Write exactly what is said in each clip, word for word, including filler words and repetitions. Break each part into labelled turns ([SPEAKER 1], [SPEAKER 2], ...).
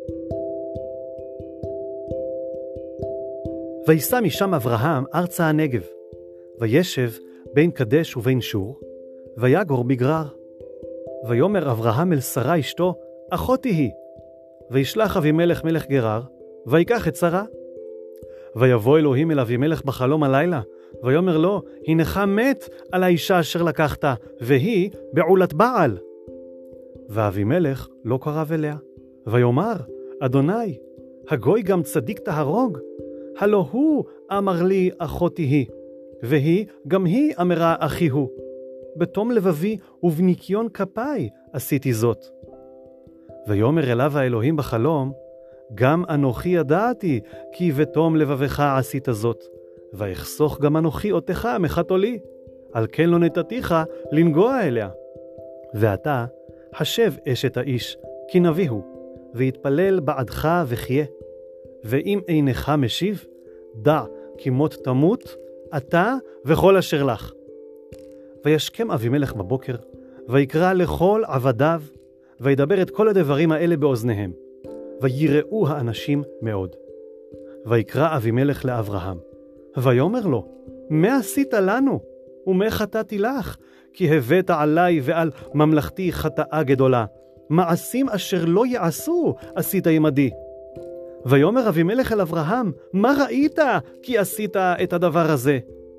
[SPEAKER 1] ויסע משם אברהם ארצה הנגב, וישב בין קדש ובין שור, ויגור בגרר. ויאמר אברהם אל שרה אשתו, אחותי היא. וישלח אבימלך מלך גרר, ויקח את שרה. ויבוא אלוהים אל אבימלך בחלום הלילה, ויאמר לו, הנך מת על האישה אשר לקחת, והיא בעולת בעל. ואבימלך לא קרב אליה, ויאמר, אדוני, הגוי גם צדיק תהרוג? הלא הוא אמר לי אחותי היא, והיא גם היא אמרה אחי הוא. בתום לבבי ובניקיון כפיי עשיתי זאת. ויאמר אליו האלוהים בחלום, גם אנוכי ידעתי כי בתום לבבך עשית זאת, ואחסוך גם אנוכי אותך מחתולי, על כן לא נתתיך לנגוע אליה. ואתה חשב אשת האיש, כי נביא הוא, ויתפלל בעדך וחיה. ואם אינך משיב, דע כי מות תמות, אתה וכל אשר לך. וישכם אבימלך בבוקר, ויקרא לכל עבדיו, וידבר את כל הדברים האלה באוזניהם, ויראו האנשים מאוד. ויקרא אבימלך לאברהם, ויאמר לו, מה עשית לנו? ומה חטאתי לך? כי הבאת עלי ועל ממלכתי חטאה גדולה. מעשים אשר לא יעשו עשית עמדי. ויאמר אבימלך אל אברהם, מה ראית כי עשית את הדבר הזה?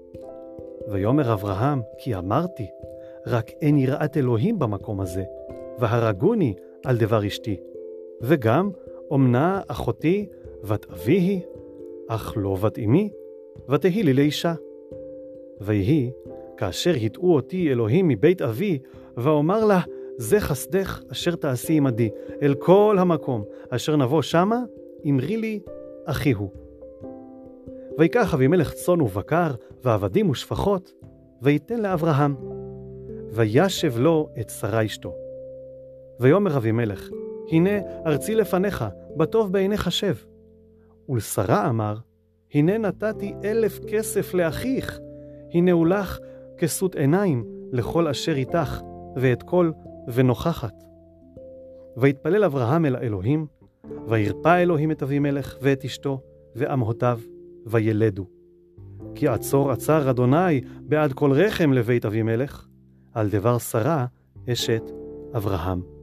[SPEAKER 1] ויאמר אברהם, כי אמרתי, רק אין יראת אלוהים במקום הזה, והרגוני על דבר אשתי. וגם אומנה אחותי בת אבי היא, אך לא בת אמי, ותהי לי לאישה. ויהי, כאשר היטעו אותי אלוהים מבית אבי, ואומר לה, זה חסדך אשר תעשי עמדי, אל כל המקום אשר נבוא שמה, אמרי לי, אחי הוא. ויקח אבימלך צאן ובקר, ועבדים ושפחות, ויתן לאברהם. וישב לו את שרה אשתו. ויאמר אבימלך, הנה ארצי לפניך, בטוב בעיניך שב. ולשרה אמר, הנה נתתי אלף כסף לאחיך, הנה הוא לך כסות עיניים לכל אשר איתך, ואת כל ונוכחת. ויתפלל אברהם אל האלוהים, וירפא אלוהים את אבימלך ואת אשתו ואמהותיו, וילדו. כי עצור עצר אדוני בעד כל רחם לבית אבימלך, על דבר שרה אשת אברהם.